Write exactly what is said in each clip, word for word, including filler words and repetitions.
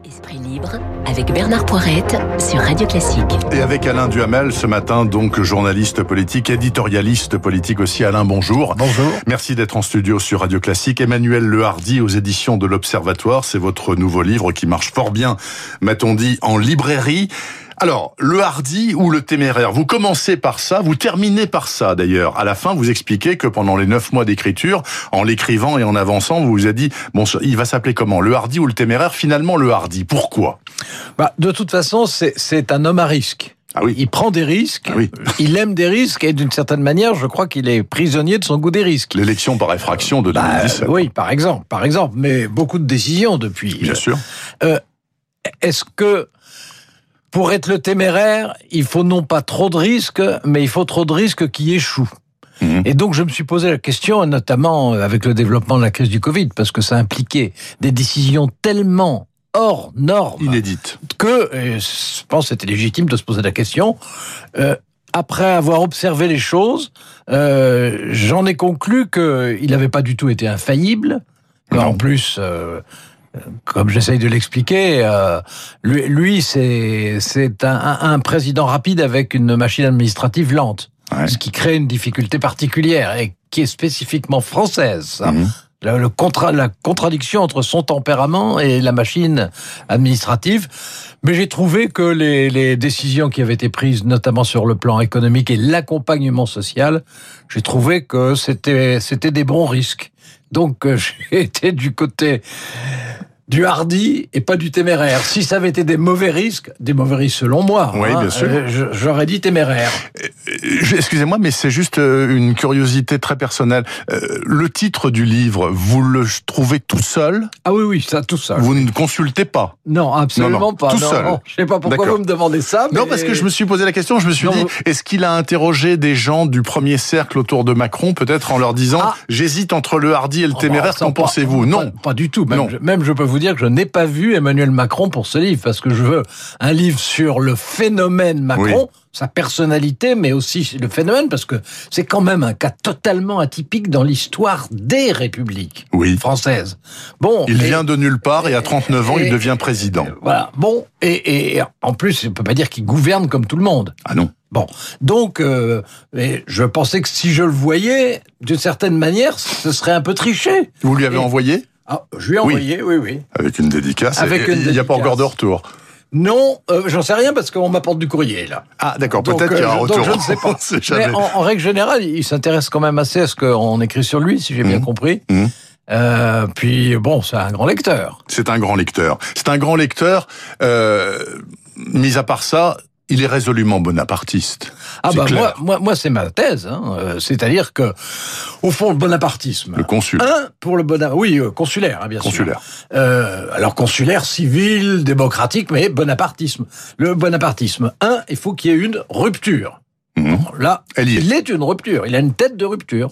Esprit libre avec Bernard Poirette sur Radio Classique. Et avec Alain Duhamel ce matin, donc journaliste politique, éditorialiste politique aussi. Alain, bonjour. Bonjour. Merci d'être en studio sur Radio Classique. Emmanuel Lehardy aux éditions de l'Observatoire, c'est votre nouveau livre qui marche fort bien, m'a-t-on dit, en librairie. Alors, le hardi ou le téméraire, vous commencez par ça, vous terminez par ça d'ailleurs. À la fin, vous expliquez que pendant les neuf mois d'écriture, en l'écrivant et en avançant, vous vous êtes dit, bon, il va s'appeler comment, le hardi ou le téméraire? Finalement, le hardi. Pourquoi? Bah, de toute façon, c'est, c'est un homme à risque. Ah oui. Il prend des risques, ah oui. il aime des risques et d'une certaine manière, je crois qu'il est prisonnier de son goût des risques. L'élection par effraction de deux mille dix-sept. Bah, oui, par exemple, par exemple, mais beaucoup de décisions depuis. Bien sûr. Euh, est-ce que pour être le téméraire, il faut non pas trop de risques, mais il faut trop de risques qui échouent. Mmh. Et donc je me suis posé la question, notamment avec le développement de la crise du Covid, parce que ça impliquait des décisions tellement hors normes, inédites, que et je pense que c'était légitime de se poser la question. Euh, après avoir observé les choses, euh, j'en ai conclu qu'il n'avait pas du tout été infaillible. En plus, euh, comme j'essaye de l'expliquer, euh, lui, lui c'est, c'est un, un président rapide avec une machine administrative lente, ouais. Ce qui crée une difficulté particulière et qui est spécifiquement française. Mmh. Le, le contra, la contradiction entre son tempérament et la machine administrative. Mais j'ai trouvé que les, les décisions qui avaient été prises, notamment sur le plan économique et l'accompagnement social, j'ai trouvé que c'était, c'était des bons risques. Donc j'ai été du côté du hardi et pas du téméraire. Si ça avait été des mauvais risques, des mauvais risques selon moi, oui, hein, bien sûr. Euh, j'aurais dit téméraire. Excusez-moi, mais c'est juste une curiosité très personnelle. Le titre du livre, vous le trouvez tout seul? Ah oui, oui, ça tout seul. Vous ne consultez pas? Non, absolument non, non, pas. Tout non, seul. Non, je sais pas pourquoi D'accord. vous me demandez ça. Mais... Non, parce que je me suis posé la question, je me suis non, dit, vous... est-ce qu'il a interrogé des gens du premier cercle autour de Macron, peut-être en leur disant, ah. j'hésite entre le hardi et le téméraire, oh, qu'en pas, pensez-vous? Non. Pas, pas du tout. Même, non. Je, même je peux vous dire que je n'ai pas vu Emmanuel Macron pour ce livre, parce que je veux un livre sur le phénomène Macron, oui. Sa personnalité, mais aussi le phénomène, parce que c'est quand même un cas totalement atypique dans l'histoire des républiques oui. françaises. Bon, il et, vient de nulle part et à trente-neuf ans, et, il devient président. Et, voilà. Bon, et, et en plus, on ne peut pas dire qu'il gouverne comme tout le monde. Ah non. Bon, donc, euh, je pensais que si je le voyais, d'une certaine manière, ce serait un peu triché. Vous lui avez et, envoyé? Ah, je lui ai envoyé, oui, oui. oui. Avec une dédicace. Avec une il n'y a pas encore de retour. Non, euh, j'en sais rien parce qu'on m'apporte du courrier, là. Ah, d'accord, donc, peut-être euh, qu'il y a un retour. Donc je ne sais pas. Mais en, en règle générale, il s'intéresse quand même assez à ce qu'on écrit sur lui, si j'ai mmh. bien compris. Mmh. Euh, puis, bon, c'est un grand lecteur. C'est un grand lecteur. C'est un grand lecteur. Euh, mis à part ça, il est résolument bonapartiste. Ah bah moi, moi, moi, c'est ma thèse. Hein. Euh, c'est-à-dire que, au fond, le bonapartisme. Le consul. Un pour le bonapartisme. Oui, euh, consulaire, hein, bien consulaire. sûr. Euh, alors consulaire, civil, démocratique, mais bonapartisme. Le bonapartisme. Un, il faut qu'il y ait une rupture. Mmh. Bon, là, Elle y est. il est une rupture. Il a une tête de rupture.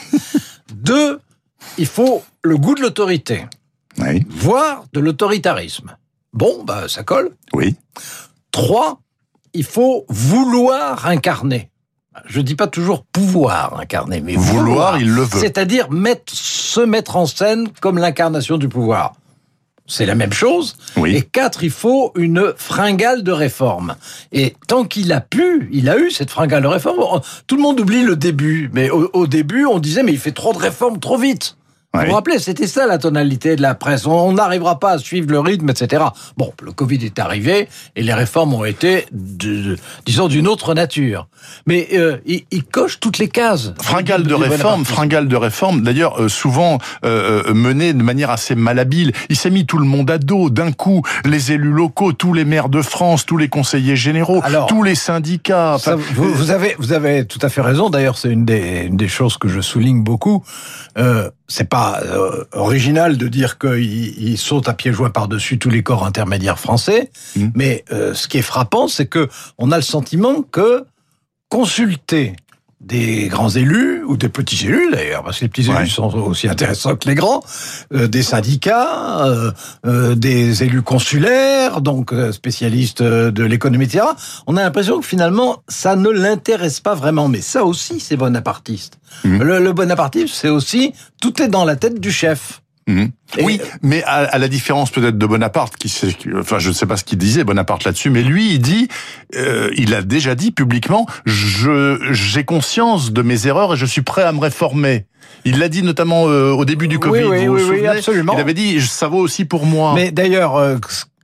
Deux, il faut le goût de l'autorité, oui. voire de l'autoritarisme. Bon, bah ça colle. Oui. Trois, il faut vouloir incarner. Je ne dis pas toujours pouvoir incarner, mais vouloir, vouloir il le veut. C'est-à-dire mettre, se mettre en scène comme l'incarnation du pouvoir. C'est la même chose. Oui. Et quatre, il faut une fringale de réforme. Et tant qu'il a pu, il a eu cette fringale de réforme. Tout le monde oublie le début. Mais au, au début, on disait, mais il fait trop de réformes trop vite. Oui. Vous vous rappelez, c'était ça la tonalité de la presse. On n'arrivera pas à suivre le rythme, et cetera. Bon, le Covid est arrivé et les réformes ont été, de, de, disons, d'une autre nature. Mais euh, il, il coche toutes les cases. Fringale de réforme, fringale de réforme. D'ailleurs, euh, souvent euh, menée de manière assez malhabile. Il s'est mis tout le monde à dos d'un coup. Les élus locaux, tous les maires de France, tous les conseillers généraux, Alors, tous les syndicats. Ça, vous, vous avez, vous avez tout à fait raison. D'ailleurs, c'est une des, une des choses que je souligne beaucoup. Euh, c'est pas euh, original de dire qu'il il saute à pieds joints par-dessus tous les corps intermédiaires français, mmh. mais euh, ce qui est frappant, c'est que on a le sentiment que consulter des grands élus, ou des petits élus d'ailleurs, parce que les petits élus ouais. sont aussi intéressants que les grands, euh, des syndicats, euh, euh, des élus consulaires, donc euh, spécialistes de l'économie, et cetera. On a l'impression que finalement, ça ne l'intéresse pas vraiment. Mais ça aussi, c'est bonapartiste. Mmh. Le, le bonapartisme, c'est aussi, tout est dans la tête du chef. Mmh. Et oui, mais à, à la différence peut-être de Bonaparte, qui, enfin, je ne sais pas ce qu'il disait Bonaparte là-dessus, mais lui, il dit, euh, il a déjà dit publiquement, je, j'ai conscience de mes erreurs et je suis prêt à me réformer. Il l'a dit notamment euh, au début du Covid. Oui, oui, vous oui, vous souvenez ? oui, absolument. Il avait dit, ça vaut aussi pour moi. Mais d'ailleurs, euh,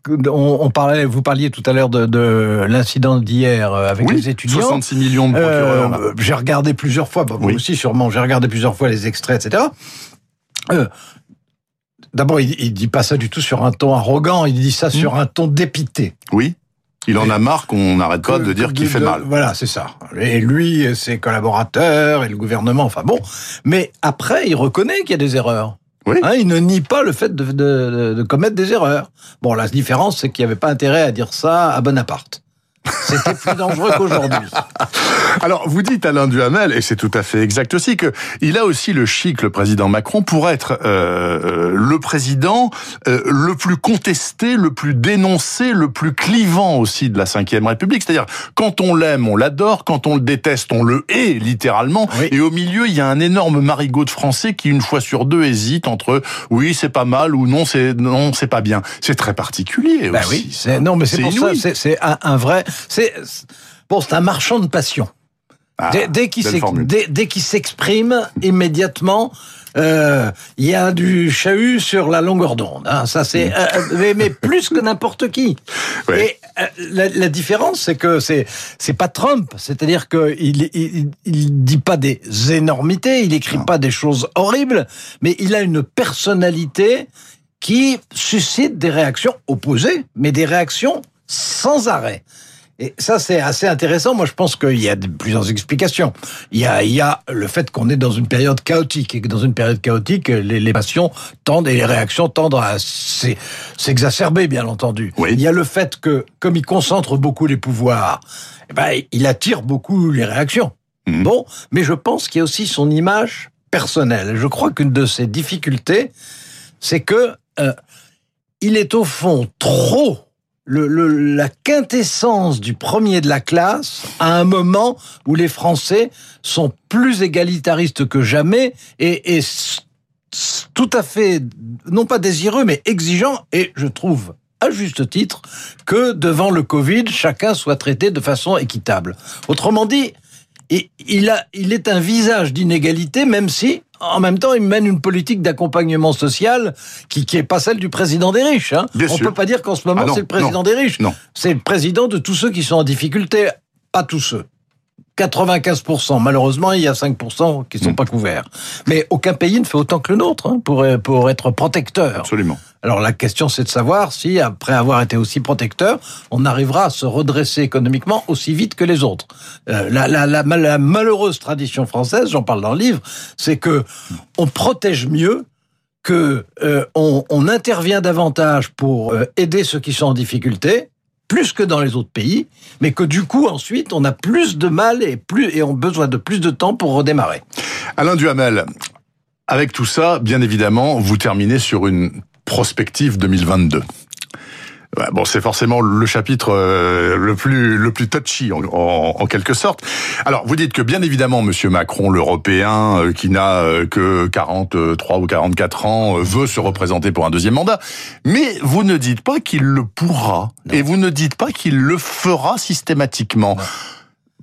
on, on parlait, vous parliez tout à l'heure de, de l'incident d'hier avec oui, les étudiants. soixante-six millions de procureurs. Euh, j'ai regardé plusieurs fois, bah, vous oui. aussi sûrement, j'ai regardé plusieurs fois les extraits, et cetera. Euh, D'abord, il, il dit pas ça du tout sur un ton arrogant, il dit ça mmh. sur un ton dépité. Oui. Il en a marre qu'on n'arrête pas de dire qu'il fait mal. Voilà, c'est ça. Et lui, et ses collaborateurs, et le gouvernement, enfin bon. Mais après, il reconnaît qu'il y a des erreurs. Oui. Hein, il ne nie pas le fait de, de, de, de commettre des erreurs. Bon, la différence, c'est qu'il n'y avait pas intérêt à dire ça à Bonaparte. C'était plus dangereux qu'aujourd'hui. Alors, vous dites, Alain Duhamel, et c'est tout à fait exact aussi, que il a aussi le chic, le président Macron, pour être euh, le président euh, le plus contesté, le plus dénoncé, le plus clivant aussi de la cinquième République. C'est-à-dire, quand on l'aime, on l'adore, quand on le déteste, on le hait, littéralement. Oui. Et au milieu, il y a un énorme marigot de Français qui, une fois sur deux, hésite entre « oui, c'est pas mal » ou « non, c'est non, c'est pas bien ». C'est très particulier ben aussi. Oui, c'est, non, mais c'est, c'est pour inouï. ça, c'est, c'est un, un vrai... C'est, bon, c'est un marchand de passion. Ah, dès, dès, qu'il dès, dès qu'il s'exprime, immédiatement, euh, il y a du chahut sur la longueur d'onde. Hein. Ça, c'est, euh, mais, mais plus que n'importe qui. Oui. Et euh, la, la différence, c'est que c'est, c'est pas Trump. C'est-à-dire que il, il, il dit pas des énormités, il écrit non. pas des choses horribles, mais il a une personnalité qui suscite des réactions opposées, mais des réactions sans arrêt. Et ça, c'est assez intéressant. Moi, je pense qu'il y a plusieurs explications. Il y a, il y a le fait qu'on est dans une période chaotique, et que dans une période chaotique, les, les passions tendent et les réactions tendent à s'exacerber, bien entendu. Oui. Il y a le fait que, comme il concentre beaucoup les pouvoirs, eh ben, il attire beaucoup les réactions. Mmh. Bon, mais je pense qu'il y a aussi son image personnelle. Je crois qu'une de ses difficultés, c'est que euh, il est au fond trop Le, le, la quintessence du premier de la classe à un moment où les Français sont plus égalitaristes que jamais et, et tout à fait, non pas désireux, mais exigeants, et je trouve, à juste titre, que devant le Covid, chacun soit traité de façon équitable. Autrement dit, il, a, il est un visage d'inégalité, même si, en même temps, il mène une politique d'accompagnement social qui qui est pas celle du président des riches. Hein. On sûr. peut pas dire qu'en ce moment, ah non, c'est le président non, des riches. Non. C'est le président de tous ceux qui sont en difficulté. Pas tous ceux. quatre-vingt-quinze pour cent. Malheureusement, il y a cinq pour cent qui sont mmh. pas couverts. Mais aucun pays ne fait autant que le nôtre hein, pour, pour être protecteur. Absolument. Alors la question, c'est de savoir si, après avoir été aussi protecteur, on arrivera à se redresser économiquement aussi vite que les autres. Euh, la, la, la, la malheureuse tradition française, j'en parle dans le livre, c'est que on protège mieux, que euh, on, on intervient davantage pour euh, aider ceux qui sont en difficulté, plus que dans les autres pays, mais que du coup, ensuite, on a plus de mal et, plus, et on a besoin de plus de temps pour redémarrer. Alain Duhamel, avec tout ça, bien évidemment, vous terminez sur une prospective deux mille vingt-deux. Bon, c'est forcément le chapitre euh, le plus le plus touchy en, en, en quelque sorte. Alors, vous dites que bien évidemment, Monsieur Macron, l'Européen, euh, qui n'a euh, que quarante-trois ou quarante-quatre ans, euh, veut se représenter pour un deuxième mandat. Mais vous ne dites pas qu'il le pourra, non. Et vous ne dites pas qu'il le fera systématiquement. Non. Pourquoi ?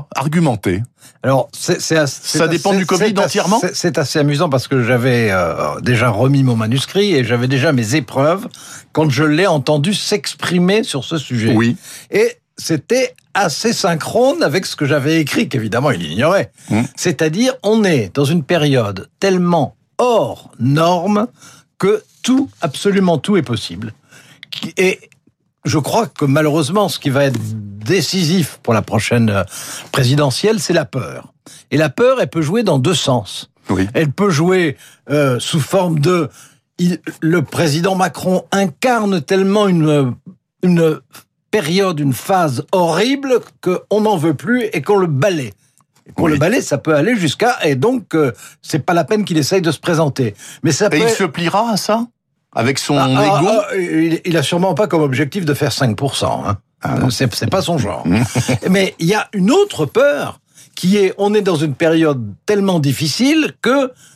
Argumentez. Alors, c'est, c'est assez, ça dépend assez, du Covid entièrement. C'est, c'est assez amusant parce que j'avais euh, déjà remis mon manuscrit et j'avais déjà mes épreuves quand je l'ai entendu s'exprimer sur ce sujet. Oui. Et c'était assez synchrone avec ce que j'avais écrit, qu'évidemment il ignorait. Mmh. C'est-à-dire, on est dans une période tellement hors norme que tout, absolument tout est possible. Et je crois que malheureusement, ce qui va être décisif pour la prochaine présidentielle, c'est la peur. Et la peur, elle peut jouer dans deux sens. Oui. Elle peut jouer euh, sous forme de... Il, le président Macron incarne tellement une, une période, une phase horrible qu'on n'en veut plus et qu'on le balaie. Et pour oui. le balayer, ça peut aller jusqu'à... Et donc, euh, c'est pas la peine qu'il essaye de se présenter. Mais ça peut... Et il se pliera à ça ? Avec son ah, ego ah, ah, il, il a sûrement pas comme objectif de faire cinq pour cent. Hein. Ah, c'est, c'est pas son genre. Mais il y a une autre peur qui est, on est dans une période tellement difficile que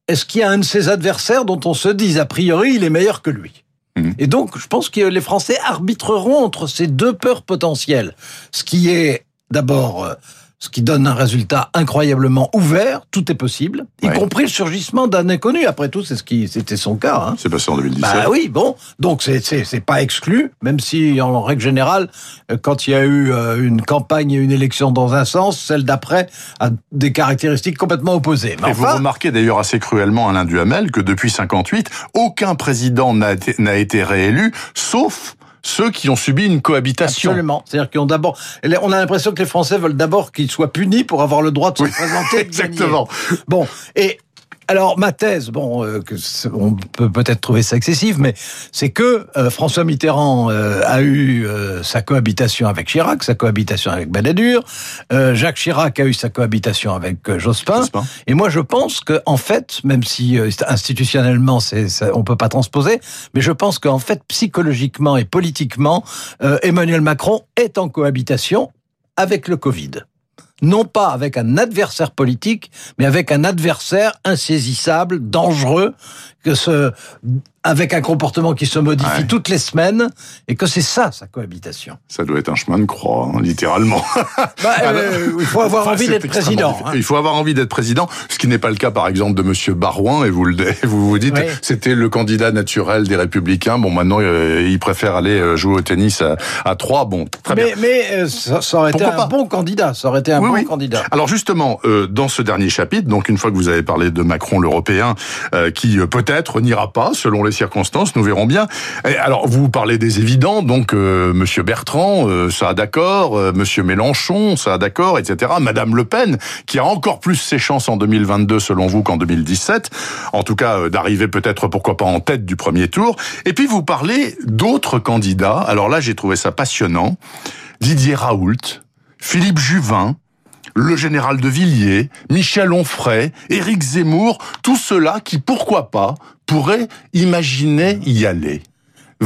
est-ce qu'il y a un de ses adversaires dont on se dise a priori il est meilleur que lui ? Mmh. Et donc, je pense que les Français arbitreront entre ces deux peurs potentielles. Ce qui est d'abord... Euh, ce qui donne un résultat incroyablement ouvert, tout est possible, y ouais. compris le surgissement d'un inconnu. Après tout, c'est ce qui, c'était son cas. Hein. C'est passé en deux mille dix-sept. Bah oui, bon, donc c'est, c'est, c'est pas exclu, même si en règle générale, quand il y a eu une campagne et une élection dans un sens, celle d'après a des caractéristiques complètement opposées. Mais et enfin, vous remarquez d'ailleurs assez cruellement, Alain Duhamel, que depuis cinquante-huit, aucun président n'a été, n'a été réélu, sauf ceux qui ont subi une cohabitation. Absolument. C'est-à-dire qu'on d'abord, on a l'impression que les Français veulent d'abord qu'ils soient punis pour avoir le droit de se oui, présenter. Exactement. Bon. Et, alors, ma thèse, bon, euh, que on peut peut-être trouver ça excessif, mais c'est que euh, François Mitterrand euh, a eu euh, sa cohabitation avec Chirac, sa cohabitation avec Balladur, euh, Jacques Chirac a eu sa cohabitation avec euh, Jospin, Jospin, et moi je pense que en fait, même si euh, institutionnellement c'est, ça, on peut pas transposer, mais je pense qu'en fait psychologiquement et politiquement, euh, Emmanuel Macron est en cohabitation avec le Covid. Non pas avec un adversaire politique, mais avec un adversaire insaisissable, dangereux, que ce, avec un comportement qui se modifie ouais. toutes les semaines, et que c'est ça, sa cohabitation. Ça doit être un chemin de croix, hein, littéralement. Bah, euh, il faut avoir enfin, envie d'être président. Hein. Il faut avoir envie d'être président, ce qui n'est pas le cas, par exemple, de Monsieur Barouin, et vous le, vous vous dites, oui. c'était le candidat naturel des Républicains. Bon, maintenant, euh, il préfère aller jouer au tennis à, à Troyes. Bon, très mais, bien. Mais euh, ça, ça aurait Pourquoi été un pas bon candidat. Ça aurait été un oui, bon oui. candidat. Alors justement, euh, dans ce dernier chapitre, donc une fois que vous avez parlé de Macron, l'Européen, euh, qui euh, peut-être n'ira pas, selon les circonstances, nous verrons bien. Et alors, vous parlez des évidents, donc euh, Monsieur Bertrand, euh, ça d'accord, euh, Monsieur Mélenchon, ça d'accord, et cetera. Madame Le Pen, qui a encore plus ses chances en deux mille vingt-deux, selon vous, qu'en deux mille dix-sept. En tout cas, euh, d'arriver peut-être, pourquoi pas, en tête du premier tour. Et puis, vous parlez d'autres candidats. Alors là, j'ai trouvé ça passionnant. Didier Raoult, Philippe Juvin, le général de Villiers, Michel Onfray, Éric Zemmour, tous ceux-là qui, pourquoi pas, pourraient imaginer y aller. Vraiment ?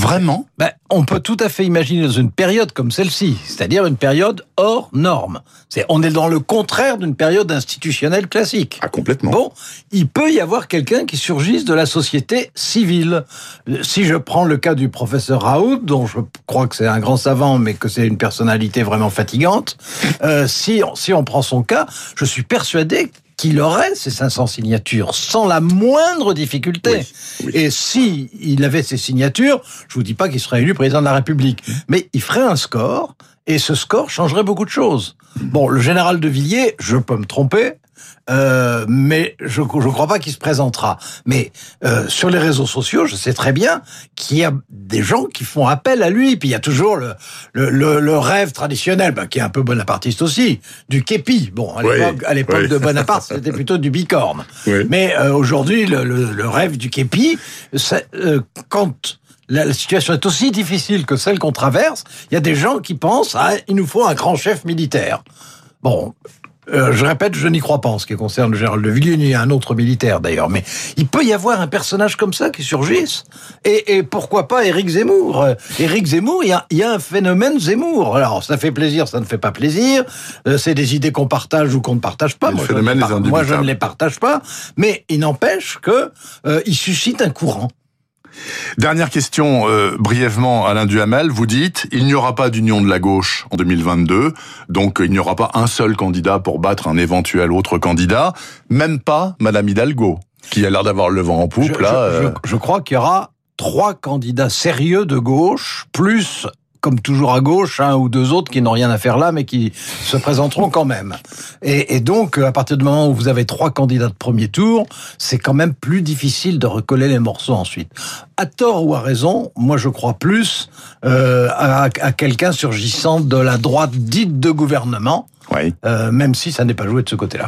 Ben, on peut tout à fait imaginer dans une période comme celle-ci, c'est-à-dire une période hors norme. C'est, on est dans le contraire d'une période institutionnelle classique. Ah, complètement. Bon, il peut y avoir quelqu'un qui surgisse de la société civile. Si je prends le cas du professeur Raoult, dont je crois que c'est un grand savant, mais que c'est une personnalité vraiment fatigante, euh, si, si on prend son cas, je suis persuadé qu'il aurait ces cinq cents signatures sans la moindre difficulté. Oui, oui. Et si il avait ces signatures, je vous dis pas qu'il serait élu président de la République, mais il ferait un score, et ce score changerait beaucoup de choses. Bon, le général de Villiers, je peux me tromper, euh, mais je ne crois pas qu'il se présentera. Mais euh, sur les réseaux sociaux, je sais très bien qu'il y a des gens qui font appel à lui. Puis il y a toujours le, le, le, le rêve traditionnel, bah, qui est un peu bonapartiste aussi, du képi. Bon, à l'époque, oui, à l'époque oui. de Bonaparte, c'était plutôt du bicorne. Oui. Mais euh, aujourd'hui, le, le, le rêve du képi, euh, quand... la situation est aussi difficile que celle qu'on traverse, il y a des gens qui pensent ah, il nous faut un grand chef militaire. Bon, euh, je répète, je n'y crois pas en ce qui concerne le général de Villiers, il y a un autre militaire d'ailleurs, mais il peut y avoir un personnage comme ça qui surgisse. Et, et pourquoi pas Éric Zemmour ? Éric Zemmour, il y a, il y a un phénomène Zemmour. Alors, ça fait plaisir, ça ne fait pas plaisir, euh, c'est des idées qu'on partage ou qu'on ne partage pas. Moi je, par... Moi, je ne les partage pas, mais il n'empêche que euh, il suscite un courant. Dernière question, euh, brièvement, Alain Duhamel, vous dites, il n'y aura pas d'union de la gauche en deux mille vingt-deux, donc il n'y aura pas un seul candidat pour battre un éventuel autre candidat, même pas Madame Hidalgo, qui a l'air d'avoir le vent en poupe, je, là. Je, je, je crois qu'il y aura trois candidats sérieux de gauche, plus... comme toujours à gauche, un ou deux autres qui n'ont rien à faire là, mais qui se présenteront quand même. Et, et donc, à partir du moment où vous avez trois candidats de premier tour, c'est quand même plus difficile de recoller les morceaux ensuite. À tort ou à raison, moi je crois plus euh, à, à quelqu'un surgissant de la droite dite de gouvernement, oui. euh, même si ça n'est pas joué de ce côté-là.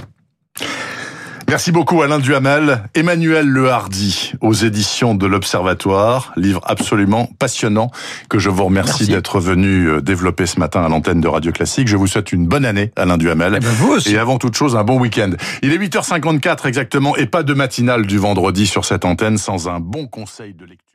Merci beaucoup Alain Duhamel. Emmanuel Le Hardi aux éditions de l'Observatoire, livre absolument passionnant que je vous remercie Merci. d'être venu développer ce matin à l'antenne de Radio Classique. Je vous souhaite une bonne année Alain Duhamel. Eh ben vous aussi. Et avant toute chose un bon week-end. Il est huit heures cinquante-quatre exactement et pas de matinale du vendredi sur cette antenne sans un bon conseil de lecture.